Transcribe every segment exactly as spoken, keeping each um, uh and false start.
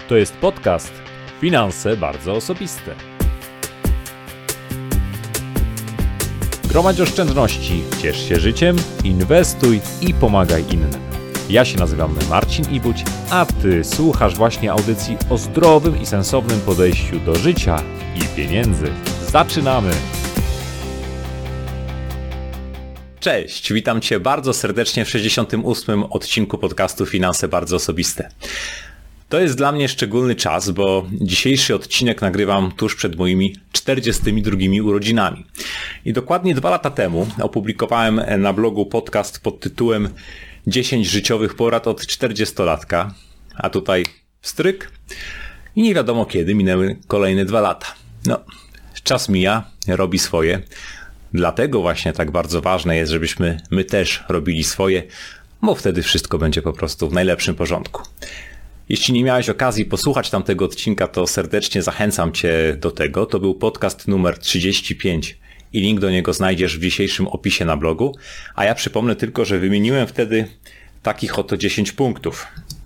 To jest podcast Finanse Bardzo Osobiste. Gromadź oszczędności, ciesz się życiem, inwestuj i pomagaj innym. Ja się nazywam Marcin Ibuć, a Ty słuchasz właśnie audycji o zdrowym i sensownym podejściu do życia i pieniędzy. Zaczynamy! Cześć, witam Cię bardzo serdecznie w sześćdziesiątym ósmym odcinku podcastu Finanse Bardzo Osobiste. To jest dla mnie szczególny czas, bo dzisiejszy odcinek nagrywam tuż przed moimi czterdziestymi drugi urodzinami. I dokładnie dwa lata temu opublikowałem na blogu podcast pod tytułem dziesięć życiowych porad od czterdziestolatka, a tutaj stryk i nie wiadomo kiedy minęły kolejne dwa lata. No, czas mija, robi swoje, dlatego właśnie tak bardzo ważne jest, żebyśmy my też robili swoje, bo wtedy wszystko będzie po prostu w najlepszym porządku. Jeśli nie miałeś okazji posłuchać tamtego odcinka, to serdecznie zachęcam Cię do tego. To był podcast numer trzydzieści pięć i link do niego znajdziesz w dzisiejszym opisie na blogu. A ja przypomnę tylko, że wymieniłem wtedy takich oto dziesięć punktów.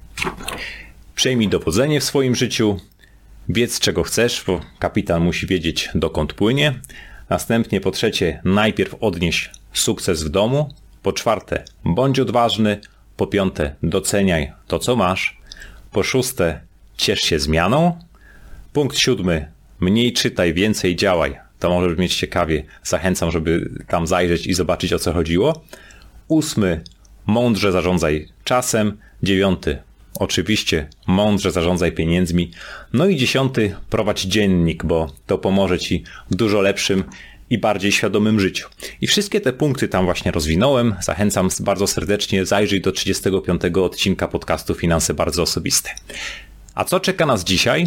Przejmij dowodzenie w swoim życiu, wiedz czego chcesz, bo kapitan musi wiedzieć dokąd płynie. Następnie po trzecie, najpierw odnieś sukces w domu. Po czwarte, bądź odważny. Po piąte, doceniaj to co masz. Po szóste, ciesz się zmianą. Punkt siódmy, mniej czytaj, więcej działaj. To może brzmieć ciekawie. Zachęcam, żeby tam zajrzeć i zobaczyć o co chodziło. Ósmy, mądrze zarządzaj czasem. Dziewiąty, oczywiście mądrze zarządzaj pieniędzmi. No i dziesiąty, prowadź dziennik, bo to pomoże Ci w dużo lepszym i bardziej świadomym życiu. I wszystkie te punkty tam właśnie rozwinąłem. Zachęcam bardzo serdecznie, zajrzyj do trzydziestego piątego odcinka podcastu Finanse Bardzo Osobiste. A co czeka nas dzisiaj?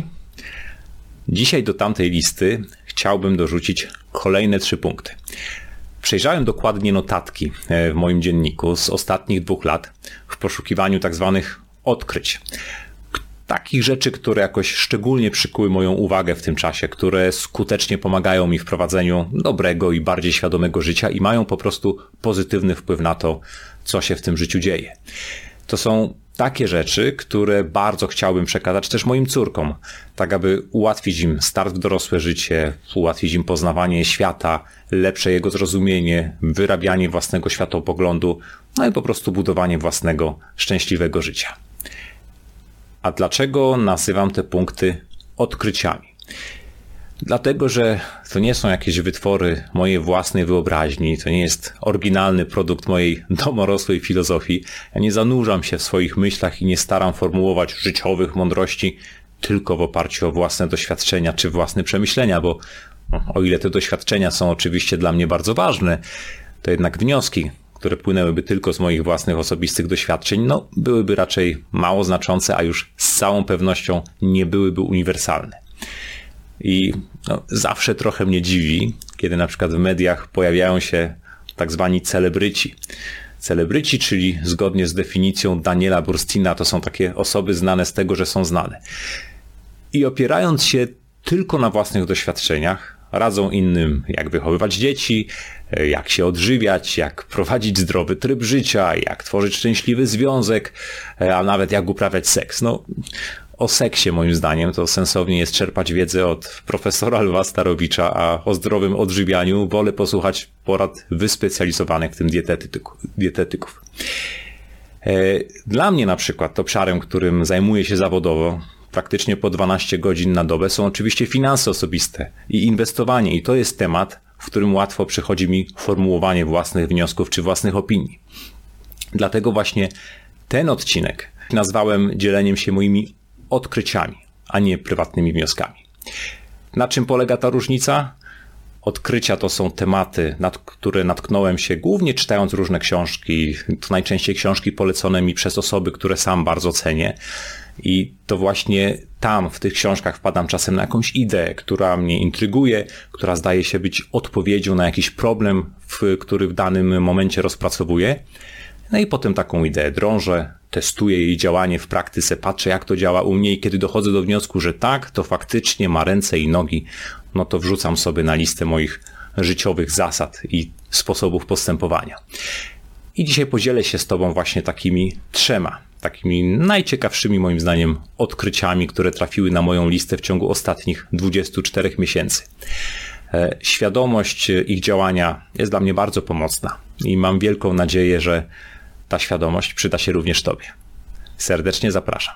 Dzisiaj do tamtej listy chciałbym dorzucić kolejne trzy punkty. Przejrzałem dokładnie notatki w moim dzienniku z ostatnich dwóch lat w poszukiwaniu tak zwanych odkryć. Takich rzeczy, które jakoś szczególnie przykuły moją uwagę w tym czasie, które skutecznie pomagają mi w prowadzeniu dobrego i bardziej świadomego życia i mają po prostu pozytywny wpływ na to, co się w tym życiu dzieje. To są takie rzeczy, które bardzo chciałbym przekazać też moim córkom, tak aby ułatwić im start w dorosłe życie, ułatwić im poznawanie świata, lepsze jego zrozumienie, wyrabianie własnego światopoglądu, no i po prostu budowanie własnego szczęśliwego życia. A dlaczego nazywam te punkty odkryciami? Dlatego, że to nie są jakieś wytwory mojej własnej wyobraźni, to nie jest oryginalny produkt mojej domorosłej filozofii. Ja nie zanurzam się w swoich myślach i nie staram formułować życiowych mądrości tylko w oparciu o własne doświadczenia czy własne przemyślenia, bo o ile te doświadczenia są oczywiście dla mnie bardzo ważne, to jednak wnioski, które płynęłyby tylko z moich własnych osobistych doświadczeń, no byłyby raczej mało znaczące, a już z całą pewnością nie byłyby uniwersalne. I no, zawsze trochę mnie dziwi, kiedy na przykład w mediach pojawiają się tak zwani celebryci. Celebryci, czyli zgodnie z definicją Daniela Burstina, to są takie osoby znane z tego, że są znane. I opierając się tylko na własnych doświadczeniach, radzą innym, jak wychowywać dzieci, jak się odżywiać, jak prowadzić zdrowy tryb życia, jak tworzyć szczęśliwy związek, a nawet jak uprawiać seks. No, o seksie moim zdaniem to sensownie jest czerpać wiedzę od profesora Lwa Starowicza, a o zdrowym odżywianiu wolę posłuchać porad wyspecjalizowanych w tym dietetyków. Dla mnie na przykład obszarem, którym zajmuję się zawodowo, praktycznie po dwanaście godzin na dobę, są oczywiście finanse osobiste i inwestowanie. I to jest temat, w którym łatwo przychodzi mi formułowanie własnych wniosków czy własnych opinii. Dlatego właśnie ten odcinek nazwałem dzieleniem się moimi odkryciami, a nie prywatnymi wnioskami. Na czym polega ta różnica? Odkrycia to są tematy, nad które natknąłem się głównie czytając różne książki, to najczęściej książki polecone mi przez osoby, które sam bardzo cenię. I to właśnie tam, w tych książkach wpadam czasem na jakąś ideę, która mnie intryguje, która zdaje się być odpowiedzią na jakiś problem, w, który w danym momencie rozpracowuję. No i potem taką ideę drążę, testuję jej działanie w praktyce, patrzę jak to działa u mnie i kiedy dochodzę do wniosku, że tak, to faktycznie ma ręce i nogi, no to wrzucam sobie na listę moich życiowych zasad i sposobów postępowania. I dzisiaj podzielę się z Tobą właśnie takimi trzema. takimi najciekawszymi moim zdaniem odkryciami, które trafiły na moją listę w ciągu ostatnich dwudziestu czterech miesięcy. Świadomość ich działania jest dla mnie bardzo pomocna i mam wielką nadzieję, że ta świadomość przyda się również Tobie. Serdecznie zapraszam.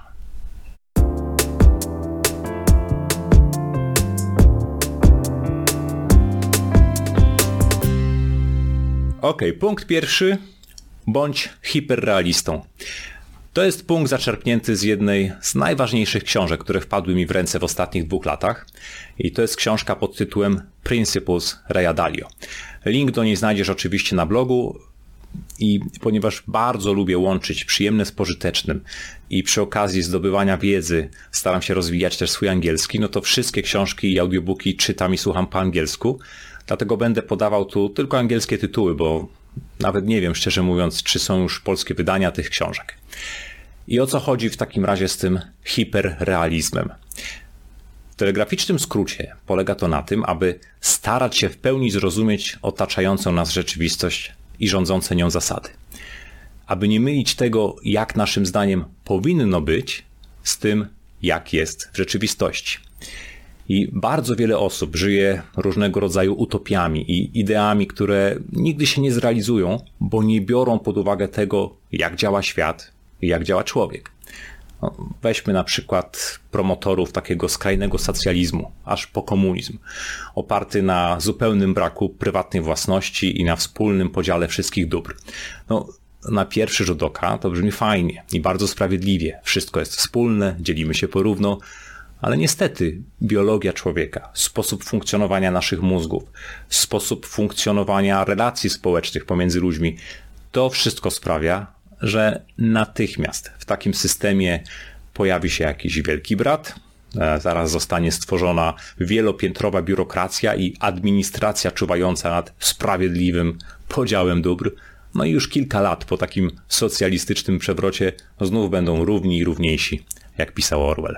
Ok, punkt pierwszy. Bądź hiperrealistą. To jest punkt zaczerpnięty z jednej z najważniejszych książek, które wpadły mi w ręce w ostatnich dwóch latach. I to jest książka pod tytułem Principles Raya Dalio. Link do niej znajdziesz oczywiście na blogu. I ponieważ bardzo lubię łączyć przyjemne z pożytecznym i przy okazji zdobywania wiedzy staram się rozwijać też swój angielski, no to wszystkie książki i audiobooki czytam i słucham po angielsku. Dlatego będę podawał tu tylko angielskie tytuły, bo nawet nie wiem, szczerze mówiąc, czy są już polskie wydania tych książek. I o co chodzi w takim razie z tym hiperrealizmem? W telegraficznym skrócie polega to na tym, aby starać się w pełni zrozumieć otaczającą nas rzeczywistość i rządzące nią zasady. Aby nie mylić tego, jak naszym zdaniem powinno być, z tym, jak jest w rzeczywistości. I bardzo wiele osób żyje różnego rodzaju utopiami i ideami, które nigdy się nie zrealizują, bo nie biorą pod uwagę tego, jak działa świat i jak działa człowiek. No, weźmy na przykład promotorów takiego skrajnego socjalizmu, aż po komunizm, oparty na zupełnym braku prywatnej własności i na wspólnym podziale wszystkich dóbr. No, na pierwszy rzut oka to brzmi fajnie i bardzo sprawiedliwie. Wszystko jest wspólne, dzielimy się porówno, ale niestety biologia człowieka, sposób funkcjonowania naszych mózgów, sposób funkcjonowania relacji społecznych pomiędzy ludźmi, to wszystko sprawia, że natychmiast w takim systemie pojawi się jakiś wielki brat, zaraz zostanie stworzona wielopiętrowa biurokracja i administracja czuwająca nad sprawiedliwym podziałem dóbr. No i już kilka lat po takim socjalistycznym przewrocie znów będą równi i równiejsi, jak pisał Orwell.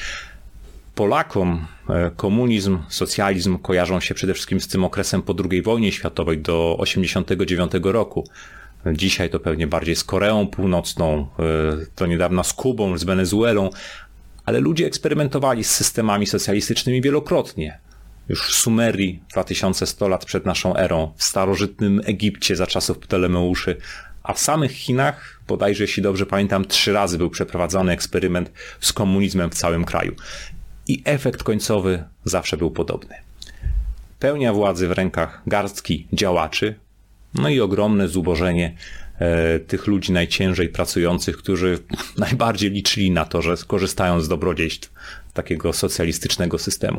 Polakom komunizm, socjalizm kojarzą się przede wszystkim z tym okresem po drugiej wojnie światowej do osiemdziesiątego dziewiątego roku. Dzisiaj to pewnie bardziej z Koreą Północną, do niedawna z Kubą, z Wenezuelą, ale ludzie eksperymentowali z systemami socjalistycznymi wielokrotnie. Już w Sumerii dwa tysiące sto lat przed naszą erą, w starożytnym Egipcie za czasów Ptolemeuszy, a w samych Chinach, bodajże jeśli dobrze pamiętam, trzy razy był przeprowadzony eksperyment z komunizmem w całym kraju. I efekt końcowy zawsze był podobny. Pełnia władzy w rękach garstki działaczy, no i ogromne zubożenie e, tych ludzi najciężej pracujących, którzy najbardziej liczyli na to, że skorzystają z dobrodziejstw takiego socjalistycznego systemu.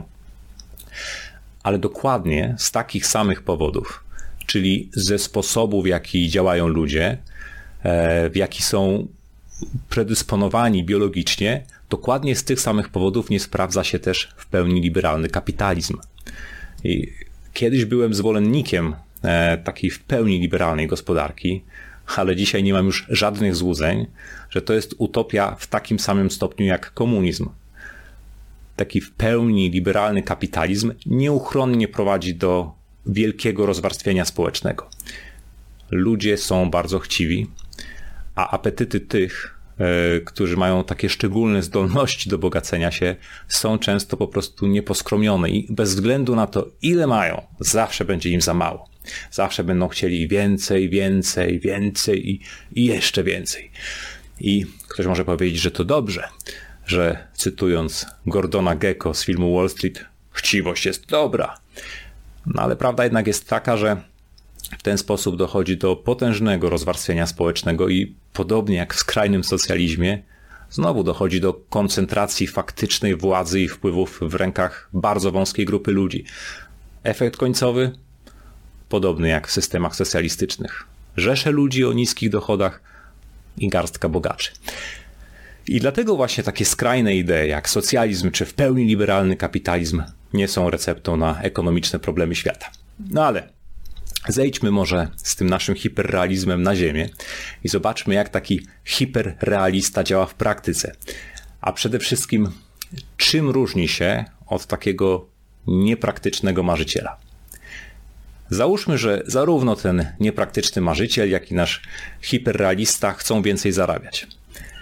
Ale dokładnie z takich samych powodów, czyli ze sposobu, w jaki działają ludzie, e, w jaki są predysponowani biologicznie, dokładnie z tych samych powodów nie sprawdza się też w pełni liberalny kapitalizm. I kiedyś byłem zwolennikiem e, takiej w pełni liberalnej gospodarki, ale dzisiaj nie mam już żadnych złudzeń, że to jest utopia w takim samym stopniu jak komunizm. Taki w pełni liberalny kapitalizm nieuchronnie prowadzi do wielkiego rozwarstwienia społecznego. Ludzie są bardzo chciwi, a apetyty tych, którzy mają takie szczególne zdolności do bogacenia się, są często po prostu nieposkromione i bez względu na to, ile mają, zawsze będzie im za mało. Zawsze będą chcieli więcej, więcej, więcej i, i jeszcze więcej. I ktoś może powiedzieć, że to dobrze, że cytując Gordona Gekko z filmu Wall Street, chciwość jest dobra. No ale prawda jednak jest taka, że w ten sposób dochodzi do potężnego rozwarstwienia społecznego i podobnie jak w skrajnym socjalizmie, znowu dochodzi do koncentracji faktycznej władzy i wpływów w rękach bardzo wąskiej grupy ludzi. Efekt końcowy? Podobny jak w systemach socjalistycznych. Rzesze ludzi o niskich dochodach i garstka bogaczy. I dlatego właśnie takie skrajne idee jak socjalizm czy w pełni liberalny kapitalizm nie są receptą na ekonomiczne problemy świata. No ale zejdźmy może z tym naszym hiperrealizmem na ziemię i zobaczmy, jak taki hiperrealista działa w praktyce. A przede wszystkim, czym różni się od takiego niepraktycznego marzyciela. Załóżmy, że zarówno ten niepraktyczny marzyciel, jak i nasz hiperrealista chcą więcej zarabiać.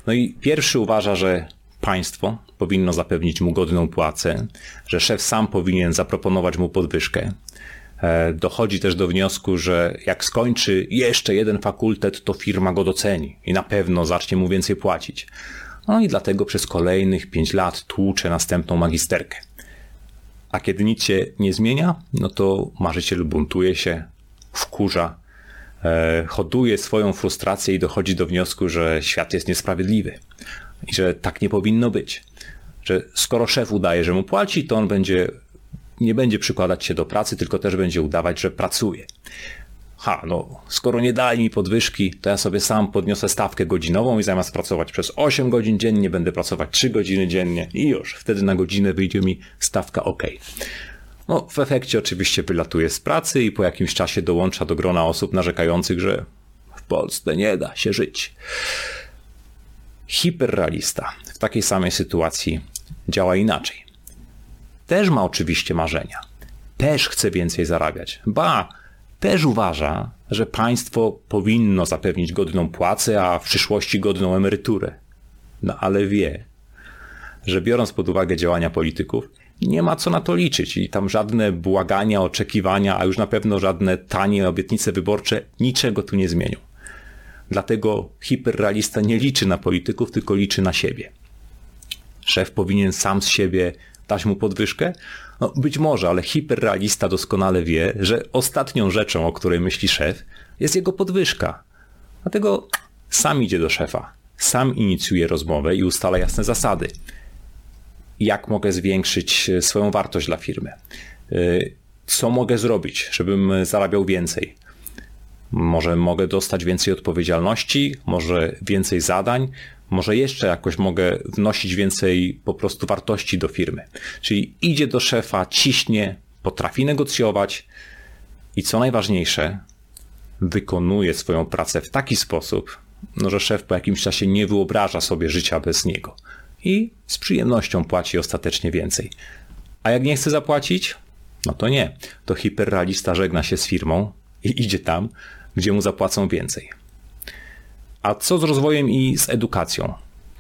No i pierwszy uważa, że państwo powinno zapewnić mu godną płacę, że szef sam powinien zaproponować mu podwyżkę. Dochodzi też do wniosku, że jak skończy jeszcze jeden fakultet, to firma go doceni i na pewno zacznie mu więcej płacić. No i dlatego przez kolejnych pięć lat tłucze następną magisterkę. A kiedy nic się nie zmienia, no to marzyciel buntuje się, wkurza, e, hoduje swoją frustrację i dochodzi do wniosku, że świat jest niesprawiedliwy i że tak nie powinno być. Że skoro szef udaje, że mu płaci, to on będzie, nie będzie przykładać się do pracy, tylko też będzie udawać, że pracuje. Ha, no skoro nie dali mi podwyżki, to ja sobie sam podniosę stawkę godzinową i zamiast pracować przez osiem godzin dziennie, będę pracować trzy godziny dziennie i już, wtedy na godzinę wyjdzie mi stawka OK. No w efekcie oczywiście wylatuje z pracy i po jakimś czasie dołącza do grona osób narzekających, że w Polsce nie da się żyć. Hiperrealista w takiej samej sytuacji działa inaczej. Też ma oczywiście marzenia. Też chce więcej zarabiać. Ba, też uważa, że państwo powinno zapewnić godną płacę, a w przyszłości godną emeryturę. No ale wie, że biorąc pod uwagę działania polityków, nie ma co na to liczyć i tam żadne błagania, oczekiwania, a już na pewno żadne tanie obietnice wyborcze niczego tu nie zmienią. Dlatego hiperrealista nie liczy na polityków, tylko liczy na siebie. Szef powinien sam z siebie dać mu podwyżkę? No, być może, ale hiperrealista doskonale wie, że ostatnią rzeczą, o której myśli szef, jest jego podwyżka. Dlatego sam idzie do szefa, sam inicjuje rozmowę i ustala jasne zasady. Jak mogę zwiększyć swoją wartość dla firmy? Co mogę zrobić, żebym zarabiał więcej? Może mogę dostać więcej odpowiedzialności, może więcej zadań, może jeszcze jakoś mogę wnosić więcej po prostu wartości do firmy. Czyli idzie do szefa, ciśnie, potrafi negocjować i co najważniejsze, wykonuje swoją pracę w taki sposób, no, że szef po jakimś czasie nie wyobraża sobie życia bez niego i z przyjemnością płaci ostatecznie więcej. A jak nie chce zapłacić, no to nie. To hiperrealista żegna się z firmą i idzie tam, gdzie mu zapłacą więcej. A co z rozwojem i z edukacją?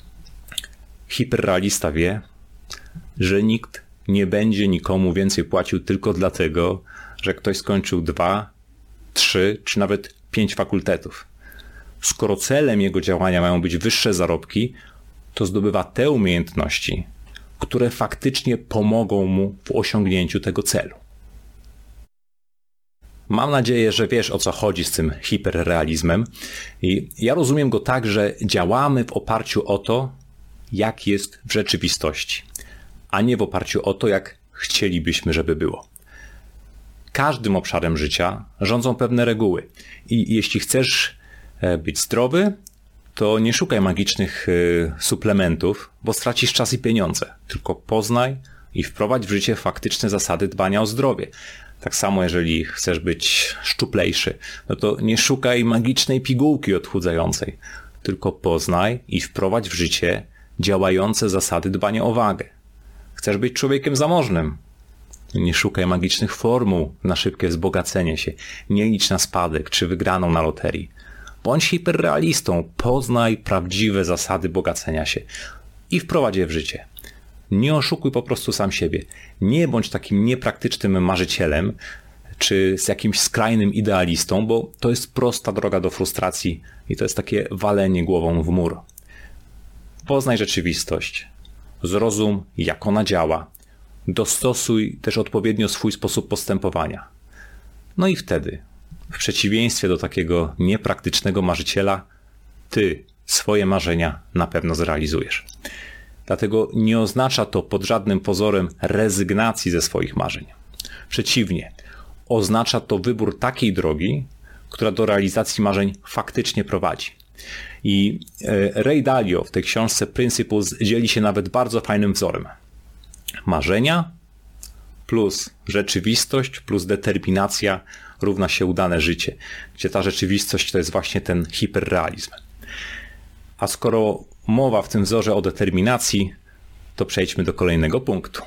Hiperrealista wie, że nikt nie będzie nikomu więcej płacił tylko dlatego, że ktoś skończył dwa, trzy czy nawet pięć fakultetów. Skoro celem jego działania mają być wyższe zarobki, to zdobywa te umiejętności, które faktycznie pomogą mu w osiągnięciu tego celu. Mam nadzieję, że wiesz, o co chodzi z tym hiperrealizmem i ja rozumiem go tak, że działamy w oparciu o to, jak jest w rzeczywistości, a nie w oparciu o to, jak chcielibyśmy, żeby było. Każdym obszarem życia rządzą pewne reguły i jeśli chcesz być zdrowy, to nie szukaj magicznych suplementów, bo stracisz czas i pieniądze, tylko poznaj i wprowadź w życie faktyczne zasady dbania o zdrowie. Tak samo jeżeli chcesz być szczuplejszy, no to nie szukaj magicznej pigułki odchudzającej, tylko poznaj i wprowadź w życie działające zasady dbania o wagę. Chcesz być człowiekiem zamożnym, nie szukaj magicznych formuł na szybkie wzbogacenie się, nie licz na spadek czy wygraną na loterii. Bądź hiperrealistą, poznaj prawdziwe zasady bogacenia się i wprowadź je w życie. Nie oszukuj po prostu sam siebie. Nie bądź takim niepraktycznym marzycielem, czy z jakimś skrajnym idealistą, bo to jest prosta droga do frustracji i to jest takie walenie głową w mur. Poznaj rzeczywistość, zrozum, jak ona działa, dostosuj też odpowiednio swój sposób postępowania. No i wtedy, w przeciwieństwie do takiego niepraktycznego marzyciela, ty swoje marzenia na pewno zrealizujesz. Dlatego nie oznacza to pod żadnym pozorem rezygnacji ze swoich marzeń. Przeciwnie, oznacza to wybór takiej drogi, która do realizacji marzeń faktycznie prowadzi. I Ray Dalio w tej książce Principles dzieli się nawet bardzo fajnym wzorem. Marzenia plus rzeczywistość plus determinacja równa się udane życie, gdzie ta rzeczywistość to jest właśnie ten hiperrealizm. A skoro mowa w tym wzorze o determinacji, to przejdźmy do kolejnego punktu.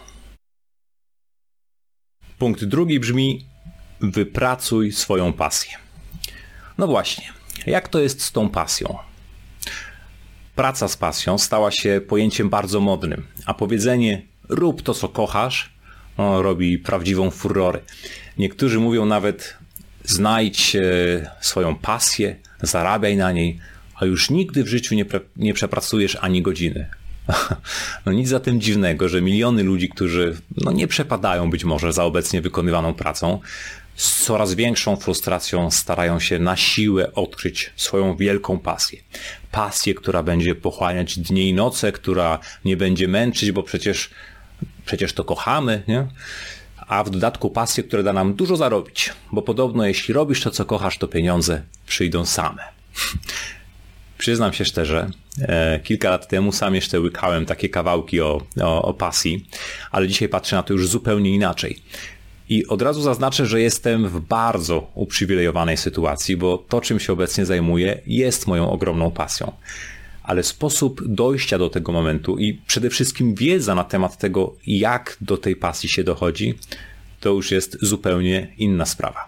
Punkt drugi brzmi: wypracuj swoją pasję. No właśnie, jak to jest z tą pasją? praca z pasją stała się pojęciem bardzo modnym, a powiedzenie rób to, co kochasz, no, robi prawdziwą furorę. Niektórzy mówią nawet znajdź swoją pasję, zarabiaj na niej, a już nigdy w życiu nie, pre, nie przepracujesz ani godziny. No nic za tym dziwnego, że miliony ludzi, którzy no nie przepadają być może za obecnie wykonywaną pracą, z coraz większą frustracją starają się na siłę odkryć swoją wielką pasję. Pasję, która będzie pochłaniać dnie i noce, która nie będzie męczyć, bo przecież, przecież to kochamy, nie? A w dodatku pasję, która da nam dużo zarobić, bo podobno jeśli robisz to, co kochasz, to pieniądze przyjdą same. Przyznam się szczerze, e, kilka lat temu sam jeszcze łykałem takie kawałki o, o, o pasji, ale dzisiaj patrzę na to już zupełnie inaczej. I od razu zaznaczę, że jestem w bardzo uprzywilejowanej sytuacji, bo to, czym się obecnie zajmuję, jest moją ogromną pasją. Ale sposób dojścia do tego momentu i przede wszystkim wiedza na temat tego, jak do tej pasji się dochodzi, to już jest zupełnie inna sprawa.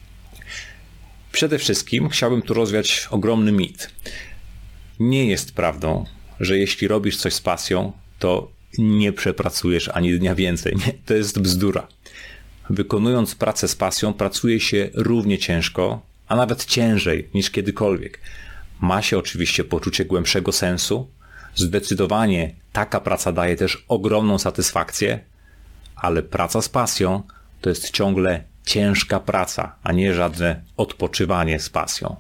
Przede wszystkim chciałbym tu rozwiać ogromny mit. Nie jest prawdą, że jeśli robisz coś z pasją, to nie przepracujesz ani dnia więcej. Nie, to jest bzdura. Wykonując pracę z pasją, pracuje się równie ciężko, a nawet ciężej niż kiedykolwiek. Ma się oczywiście poczucie głębszego sensu. Zdecydowanie taka praca daje też ogromną satysfakcję, ale praca z pasją to jest ciągle ciężka praca, a nie żadne odpoczywanie z pasją.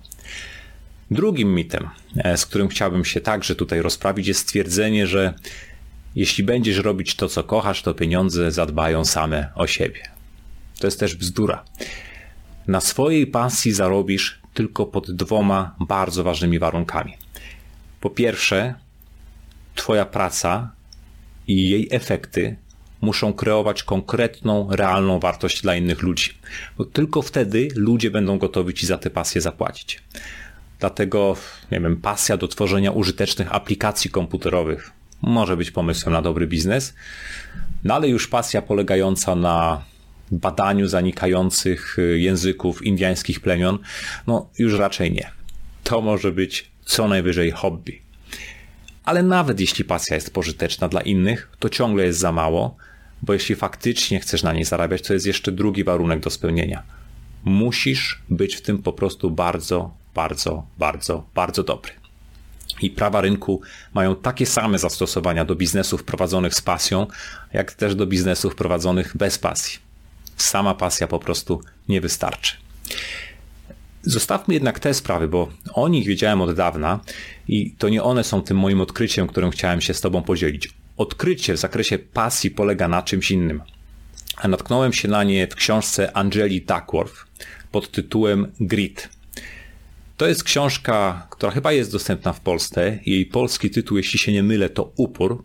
Drugim mitem, z którym chciałbym się także tutaj rozprawić, jest stwierdzenie, że jeśli będziesz robić to, co kochasz, to pieniądze zadbają same o siebie. To jest też bzdura. Na swojej pasji zarobisz tylko pod dwoma bardzo ważnymi warunkami. Po pierwsze, twoja praca i jej efekty muszą kreować konkretną, realną wartość dla innych ludzi. Bo tylko wtedy ludzie będą gotowi ci za tę pasję zapłacić. Dlatego, nie wiem, pasja do tworzenia użytecznych aplikacji komputerowych może być pomysłem na dobry biznes, no ale już pasja polegająca na badaniu zanikających języków indyjskich plemion, no już raczej nie. To może być co najwyżej hobby. Ale nawet jeśli pasja jest pożyteczna dla innych, to ciągle jest za mało, bo jeśli faktycznie chcesz na niej zarabiać, to jest jeszcze drugi warunek do spełnienia. Musisz być w tym po prostu bardzo, bardzo, bardzo, bardzo dobry. I prawa rynku mają takie same zastosowania do biznesów prowadzonych z pasją, jak też do biznesów prowadzonych bez pasji. Sama pasja po prostu nie wystarczy. Zostawmy jednak te sprawy, bo o nich wiedziałem od dawna i to nie one są tym moim odkryciem, którym chciałem się z tobą podzielić. Odkrycie w zakresie pasji polega na czymś innym. A natknąłem się na nie w książce Angeli Duckworth pod tytułem Grit. To jest książka, która chyba jest dostępna w Polsce. Jej polski tytuł, jeśli się nie mylę, to Upór.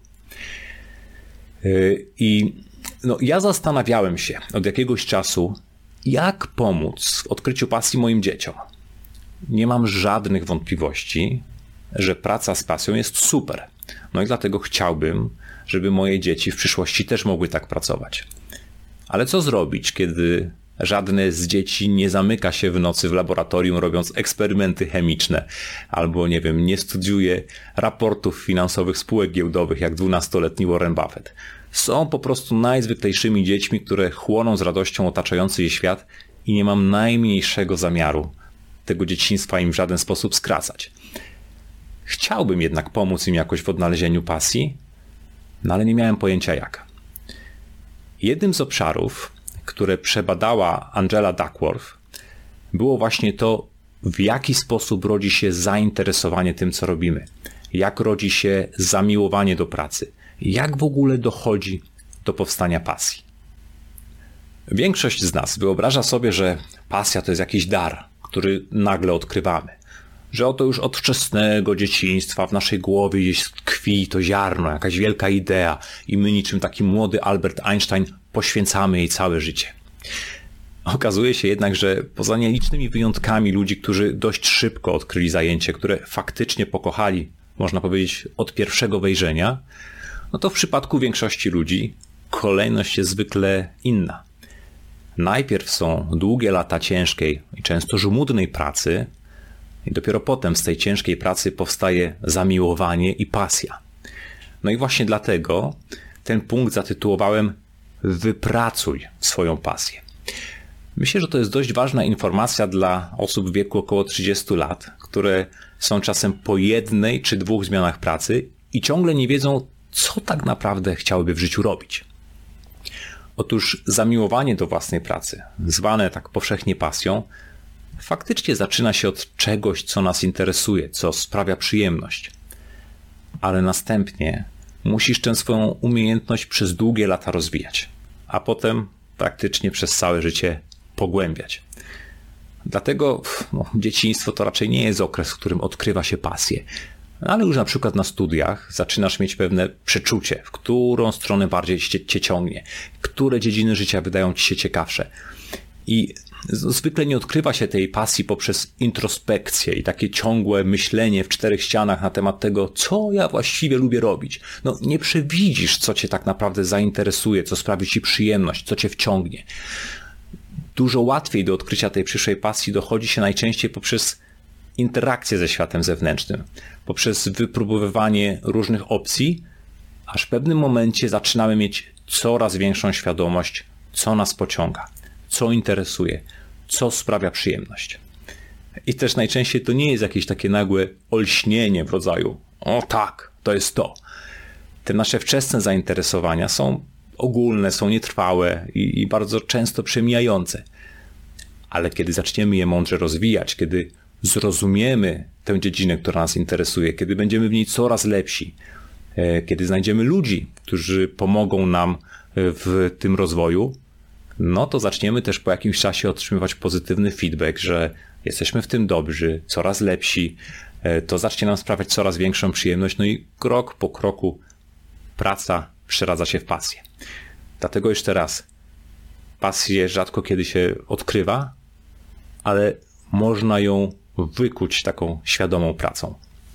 I no, ja zastanawiałem się od jakiegoś czasu, jak pomóc w odkryciu pasji moim dzieciom. Nie mam żadnych wątpliwości, że praca z pasją jest super. No i dlatego chciałbym, żeby moje dzieci w przyszłości też mogły tak pracować. Ale co zrobić, kiedy żadne z dzieci nie zamyka się w nocy w laboratorium robiąc eksperymenty chemiczne, albo nie wiem, nie studiuje raportów finansowych spółek giełdowych jak dwunastoletni Warren Buffett. Są po prostu najzwyklejszymi dziećmi, które chłoną z radością otaczający je świat i nie mam najmniejszego zamiaru tego dzieciństwa im w żaden sposób skracać. Chciałbym jednak pomóc im jakoś w odnalezieniu pasji, no ale nie miałem pojęcia jak. Jednym z obszarów, które przebadała Angela Duckworth, było właśnie to, w jaki sposób rodzi się zainteresowanie tym, co robimy. Jak rodzi się zamiłowanie do pracy. Jak w ogóle dochodzi do powstania pasji. Większość z nas wyobraża sobie, że pasja to jest jakiś dar, który nagle odkrywamy. Że oto już od wczesnego dzieciństwa w naszej głowie gdzieś tkwi to ziarno, jakaś wielka idea i my niczym taki młody Albert Einstein poświęcamy jej całe życie. Okazuje się jednak, że poza nielicznymi wyjątkami ludzi, którzy dość szybko odkryli zajęcie, które faktycznie pokochali, można powiedzieć, od pierwszego wejrzenia, no to w przypadku większości ludzi kolejność jest zwykle inna. Najpierw są długie lata ciężkiej i często żmudnej pracy, I dopiero potem z tej ciężkiej pracy powstaje zamiłowanie i pasja. No i właśnie dlatego ten punkt zatytułowałem Wypracuj swoją pasję. Myślę, że to jest dość ważna informacja dla osób w wieku około trzydziestu lat, które są czasem po jednej czy dwóch zmianach pracy i ciągle nie wiedzą, co tak naprawdę chciałyby w życiu robić. Otóż zamiłowanie do własnej pracy, zwane tak powszechnie pasją, faktycznie zaczyna się od czegoś, co nas interesuje, co sprawia przyjemność. Ale następnie musisz tę swoją umiejętność przez długie lata rozwijać, a potem praktycznie przez całe życie pogłębiać. Dlatego no, dzieciństwo to raczej nie jest okres, w którym odkrywa się pasję. Ale już na przykład na studiach zaczynasz mieć pewne przeczucie, w którą stronę bardziej cię, cię ciągnie, które dziedziny życia wydają ci się ciekawsze. I zwykle nie odkrywa się tej pasji poprzez introspekcję i takie ciągłe myślenie w czterech ścianach na temat tego, co ja właściwie lubię robić. No nie przewidzisz, co cię tak naprawdę zainteresuje, co sprawi ci przyjemność, co cię wciągnie. Dużo łatwiej do odkrycia tej przyszłej pasji dochodzi się najczęściej poprzez interakcję ze światem zewnętrznym, poprzez wypróbowywanie różnych opcji, aż w pewnym momencie zaczynamy mieć coraz większą świadomość, co nas pociąga, co interesuje, co sprawia przyjemność. I też najczęściej to nie jest jakieś takie nagłe olśnienie w rodzaju o tak, to jest to. Te nasze wczesne zainteresowania są ogólne, są nietrwałe i, i bardzo często przemijające. Ale kiedy zaczniemy je mądrze rozwijać, kiedy zrozumiemy tę dziedzinę, która nas interesuje, kiedy będziemy w niej coraz lepsi, kiedy znajdziemy ludzi, którzy pomogą nam w tym rozwoju, no to zaczniemy też po jakimś czasie otrzymywać pozytywny feedback, że jesteśmy w tym dobrzy, coraz lepsi, to zacznie nam sprawiać coraz większą przyjemność, no i krok po kroku praca przeradza się w pasję. Dlatego jeszcze raz, pasję rzadko kiedy się odkrywa, ale można ją wykuć taką świadomą pracą.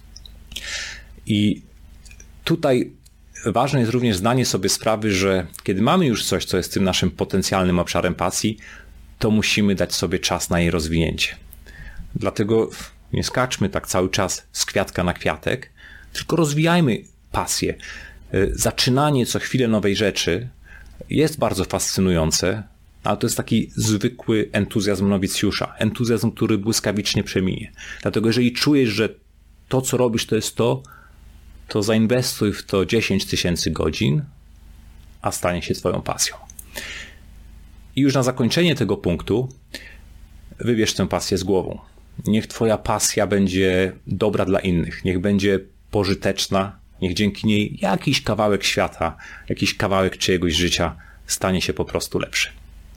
I tutaj ważne jest również zdanie sobie sprawy, że kiedy mamy już coś, co jest tym naszym potencjalnym obszarem pasji, to musimy dać sobie czas na jej rozwinięcie. Dlatego nie skaczmy tak cały czas z kwiatka na kwiatek, tylko rozwijajmy pasję. Zaczynanie co chwilę nowej rzeczy jest bardzo fascynujące, ale to jest taki zwykły entuzjazm nowicjusza. Entuzjazm, który błyskawicznie przeminie. Dlatego jeżeli czujesz, że to, co robisz, to jest to, to zainwestuj w to dziesięć tysięcy godzin, a stanie się twoją pasją. I już na zakończenie tego punktu wybierz tę pasję z głową. Niech twoja pasja będzie dobra dla innych. Niech będzie pożyteczna. Niech dzięki niej jakiś kawałek świata, jakiś kawałek czyjegoś życia stanie się po prostu lepszy.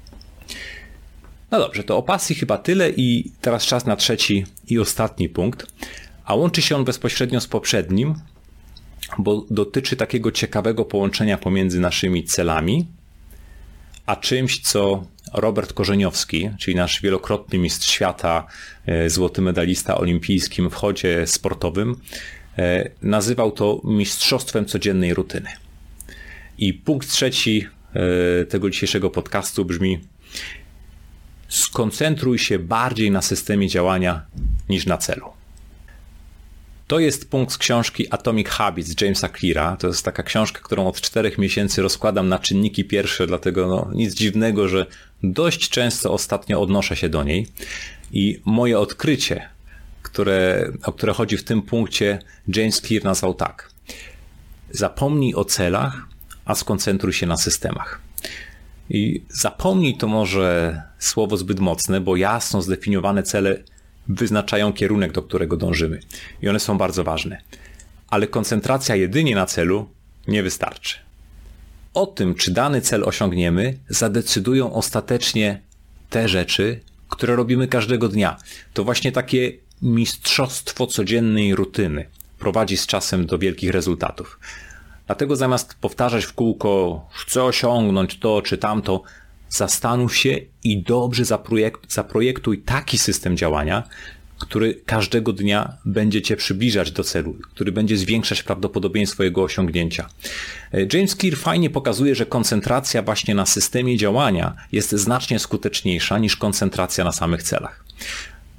No dobrze, to o pasji chyba tyle i teraz czas na trzeci i ostatni punkt, a łączy się on bezpośrednio z poprzednim, bo dotyczy takiego ciekawego połączenia pomiędzy naszymi celami, a czymś, co Robert Korzeniowski, czyli nasz wielokrotny mistrz świata, złoty medalista olimpijskim w chodzie sportowym, nazywał to mistrzostwem codziennej rutyny. I punkt trzeci tego dzisiejszego podcastu brzmi: skoncentruj się bardziej na systemie działania niż na celu. To jest punkt z książki Atomic Habits Jamesa Cleara. To jest taka książka, którą od czterech miesięcy rozkładam na czynniki pierwsze, dlatego no, nic dziwnego, że dość często ostatnio odnoszę się do niej. I moje odkrycie, które, o które chodzi w tym punkcie, James Clear nazwał tak: zapomnij o celach, a skoncentruj się na systemach. I zapomnij to może słowo zbyt mocne, bo jasno zdefiniowane cele wyznaczają kierunek, do którego dążymy. I one są bardzo ważne. Ale koncentracja jedynie na celu nie wystarczy. O tym, czy dany cel osiągniemy, zadecydują ostatecznie te rzeczy, które robimy każdego dnia. To właśnie takie mistrzostwo codziennej rutyny prowadzi z czasem do wielkich rezultatów. Dlatego zamiast powtarzać w kółko, chcę osiągnąć to czy tamto, zastanów się i dobrze zaprojekt, zaprojektuj taki system działania, który każdego dnia będzie cię przybliżać do celu, który będzie zwiększać prawdopodobieństwo jego osiągnięcia. James Clear fajnie pokazuje, że koncentracja właśnie na systemie działania jest znacznie skuteczniejsza niż koncentracja na samych celach.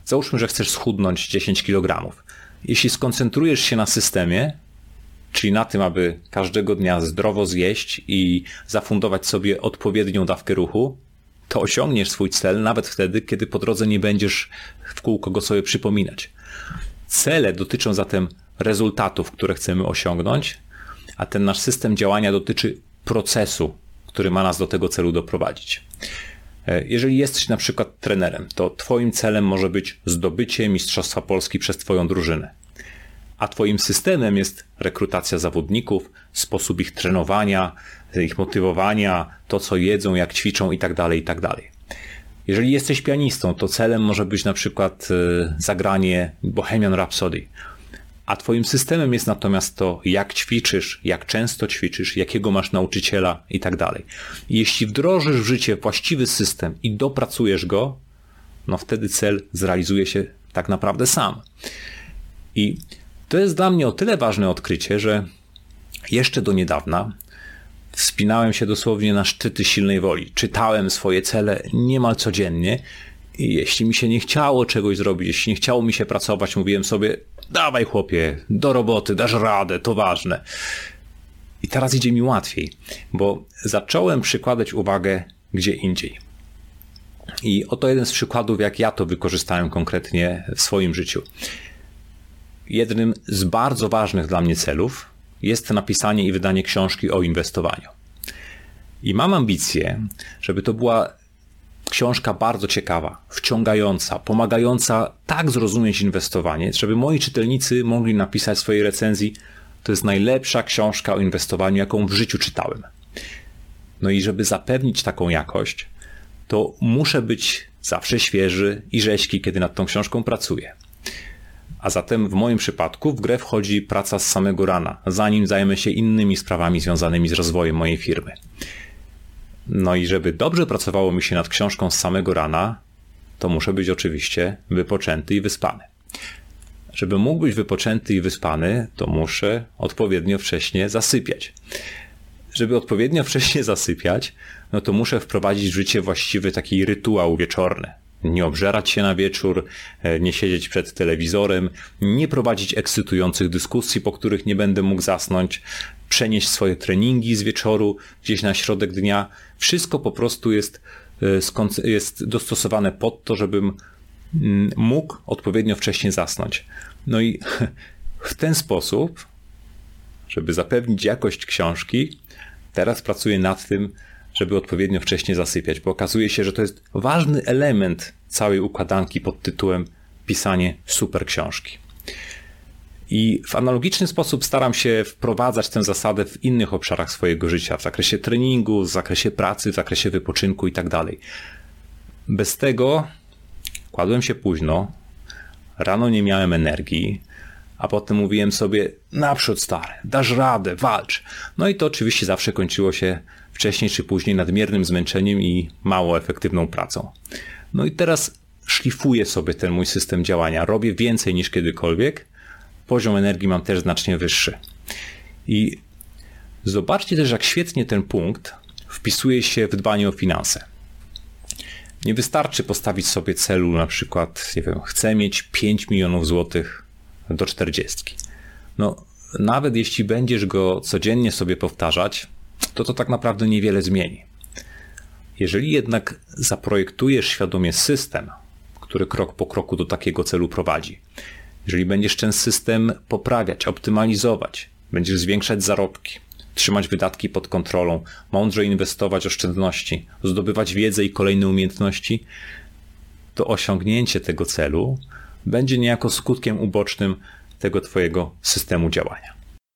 Załóżmy, że chcesz schudnąć dziesięć kilogramów. Jeśli skoncentrujesz się na systemie, czyli na tym, aby każdego dnia zdrowo zjeść i zafundować sobie odpowiednią dawkę ruchu, to osiągniesz swój cel nawet wtedy, kiedy po drodze nie będziesz w kółko go sobie przypominać. Cele dotyczą zatem rezultatów, które chcemy osiągnąć, a ten nasz system działania dotyczy procesu, który ma nas do tego celu doprowadzić. Jeżeli jesteś na przykład trenerem, to twoim celem może być zdobycie Mistrzostwa Polski przez twoją drużynę. A twoim systemem jest rekrutacja zawodników, sposób ich trenowania, ich motywowania, to co jedzą, jak ćwiczą itd., itd. Jeżeli jesteś pianistą, to celem może być na przykład zagranie Bohemian Rhapsody. A twoim systemem jest natomiast to, jak ćwiczysz, jak często ćwiczysz, jakiego masz nauczyciela itd. Jeśli wdrożysz w życie właściwy system i dopracujesz go, no wtedy cel zrealizuje się tak naprawdę sam. I to jest dla mnie o tyle ważne odkrycie, że jeszcze do niedawna wspinałem się dosłownie na szczyty silnej woli. Czytałem swoje cele niemal codziennie i jeśli mi się nie chciało czegoś zrobić, jeśli nie chciało mi się pracować, mówiłem sobie: dawaj chłopie, do roboty, dasz radę, to ważne. I teraz idzie mi łatwiej, bo zacząłem przykładać uwagę gdzie indziej. I oto jeden z przykładów, jak ja to wykorzystałem konkretnie w swoim życiu. Jednym z bardzo ważnych dla mnie celów jest napisanie i wydanie książki o inwestowaniu. I mam ambicję, żeby to była książka bardzo ciekawa, wciągająca, pomagająca tak zrozumieć inwestowanie, żeby moi czytelnicy mogli napisać w swojej recenzji: to jest najlepsza książka o inwestowaniu, jaką w życiu czytałem. No i żeby zapewnić taką jakość, to muszę być zawsze świeży i rzeźki, kiedy nad tą książką pracuję. A zatem w moim przypadku w grę wchodzi praca z samego rana, zanim zajmę się innymi sprawami związanymi z rozwojem mojej firmy. No i żeby dobrze pracowało mi się nad książką z samego rana, to muszę być oczywiście wypoczęty i wyspany. Żeby mógł być wypoczęty i wyspany, to muszę odpowiednio wcześnie zasypiać. Żeby odpowiednio wcześnie zasypiać, no to muszę wprowadzić w życie właściwy taki rytuał wieczorny. Nie obżerać się na wieczór, nie siedzieć przed telewizorem, nie prowadzić ekscytujących dyskusji, po których nie będę mógł zasnąć, przenieść swoje treningi z wieczoru gdzieś na środek dnia. Wszystko po prostu jest, jest dostosowane pod to, żebym mógł odpowiednio wcześnie zasnąć. No i w ten sposób, żeby zapewnić jakość książki, teraz pracuję nad tym, żeby odpowiednio wcześnie zasypiać, bo okazuje się, że to jest ważny element całej układanki pod tytułem pisanie super książki. I w analogiczny sposób staram się wprowadzać tę zasadę w innych obszarach swojego życia, w zakresie treningu, w zakresie pracy, w zakresie wypoczynku i tak dalej. Bez tego kładłem się późno, rano nie miałem energii, a potem mówiłem sobie: naprzód stary, dasz radę, walcz. No i to oczywiście zawsze kończyło się wcześniej czy później nadmiernym zmęczeniem i mało efektywną pracą. No i teraz szlifuję sobie ten mój system działania, robię więcej niż kiedykolwiek, poziom energii mam też znacznie wyższy. I zobaczcie też, jak świetnie ten punkt wpisuje się w dbanie o finanse. Nie wystarczy postawić sobie celu, na przykład, nie wiem, chcę mieć pięć milionów złotych do czterdziestki. No, nawet jeśli będziesz go codziennie sobie powtarzać, to to tak naprawdę niewiele zmieni. Jeżeli jednak zaprojektujesz świadomie system, który krok po kroku do takiego celu prowadzi, jeżeli będziesz ten system poprawiać, optymalizować, będziesz zwiększać zarobki, trzymać wydatki pod kontrolą, mądrze inwestować oszczędności, zdobywać wiedzę i kolejne umiejętności, to osiągnięcie tego celu będzie niejako skutkiem ubocznym tego twojego systemu działania.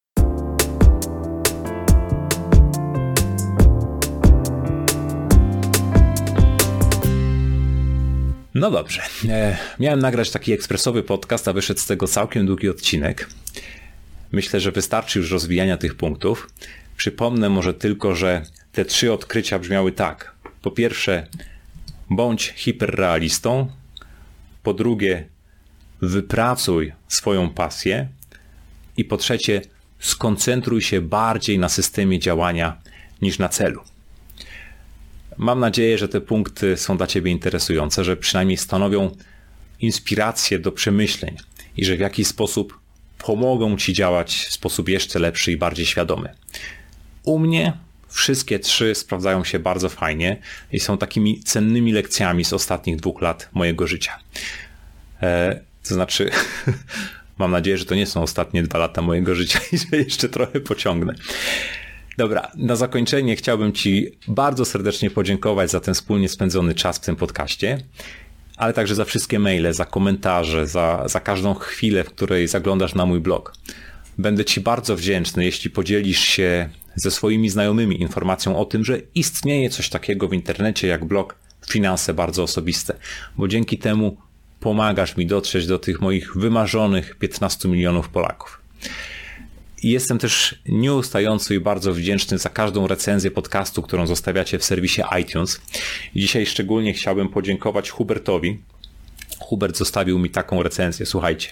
No dobrze, miałem nagrać taki ekspresowy podcast, a wyszedł z tego całkiem długi odcinek. Myślę, że wystarczy już rozwijania tych punktów. Przypomnę może tylko, że te trzy odkrycia brzmiały tak. Po pierwsze, bądź hiperrealistą. Po drugie, wypracuj swoją pasję. I po trzecie, skoncentruj się bardziej na systemie działania niż na celu. Mam nadzieję, że te punkty są dla Ciebie interesujące, że przynajmniej stanowią inspiracje do przemyśleń i że w jakiś sposób pomogą Ci działać w sposób jeszcze lepszy i bardziej świadomy. U mnie wszystkie trzy sprawdzają się bardzo fajnie i są takimi cennymi lekcjami z ostatnich dwóch lat mojego życia. E, to znaczy, mam nadzieję, że to nie są ostatnie dwa lata mojego życia i że jeszcze trochę pociągnę. Dobra, na zakończenie chciałbym Ci bardzo serdecznie podziękować za ten wspólnie spędzony czas w tym podcaście, ale także za wszystkie maile, za komentarze, za, za każdą chwilę, w której zaglądasz na mój blog. Będę Ci bardzo wdzięczny, jeśli podzielisz się ze swoimi znajomymi informacją o tym, że istnieje coś takiego w internecie jak blog Finanse Bardzo Osobiste, bo dzięki temu pomagasz mi dotrzeć do tych moich wymarzonych piętnastu milionów Polaków. I jestem też nieustający i bardzo wdzięczny za każdą recenzję podcastu, którą zostawiacie w serwisie iTunes. I dzisiaj szczególnie chciałbym podziękować Hubertowi. Hubert zostawił mi taką recenzję, słuchajcie.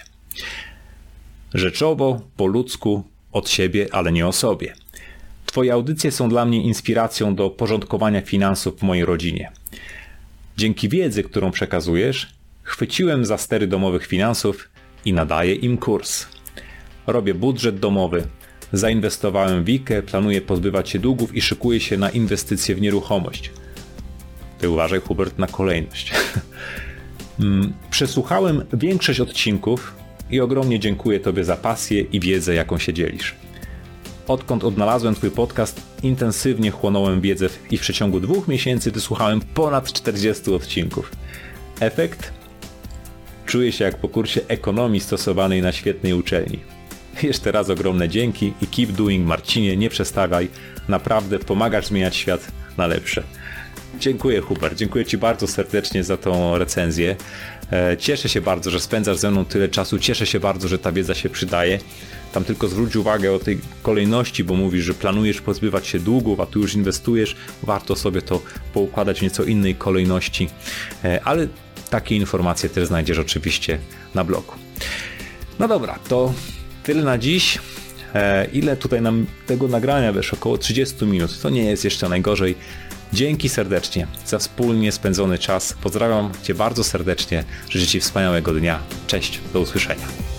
Rzeczowo, po ludzku, od siebie, ale nie o sobie. Twoje audycje są dla mnie inspiracją do porządkowania finansów w mojej rodzinie. Dzięki wiedzy, którą przekazujesz, chwyciłem za stery domowych finansów i nadaję im kurs. Robię budżet domowy, zainwestowałem w Ike, planuję pozbywać się długów i szykuję się na inwestycje w nieruchomość. Ty uważaj, Hubert, na kolejność. Przesłuchałem większość odcinków i ogromnie dziękuję Tobie za pasję i wiedzę, jaką się dzielisz. Odkąd odnalazłem Twój podcast, intensywnie chłonąłem wiedzę i w przeciągu dwóch miesięcy wysłuchałem ponad czterdziestu odcinków. Efekt? Czuję się jak po kursie ekonomii stosowanej na świetnej uczelni. Jeszcze raz ogromne dzięki i keep doing, Marcinie, nie przestawaj. Naprawdę pomagasz zmieniać świat na lepsze. Dziękuję, Hubert, dziękuję Ci bardzo serdecznie za tą recenzję. Cieszę się bardzo, że spędzasz ze mną tyle czasu, cieszę się bardzo, że ta wiedza się przydaje. Tam tylko zwróć uwagę o tej kolejności, bo mówisz, że planujesz pozbywać się długów, a tu już inwestujesz. Warto sobie to poukładać w nieco innej kolejności, ale takie informacje też znajdziesz oczywiście na blogu. No dobra, to tyle na dziś. Ile tutaj nam tego nagrania wiesz? Około trzydzieści minut. To nie jest jeszcze najgorzej. Dzięki serdecznie za wspólnie spędzony czas. Pozdrawiam Cię bardzo serdecznie. Życzę Ci wspaniałego dnia. Cześć, do usłyszenia.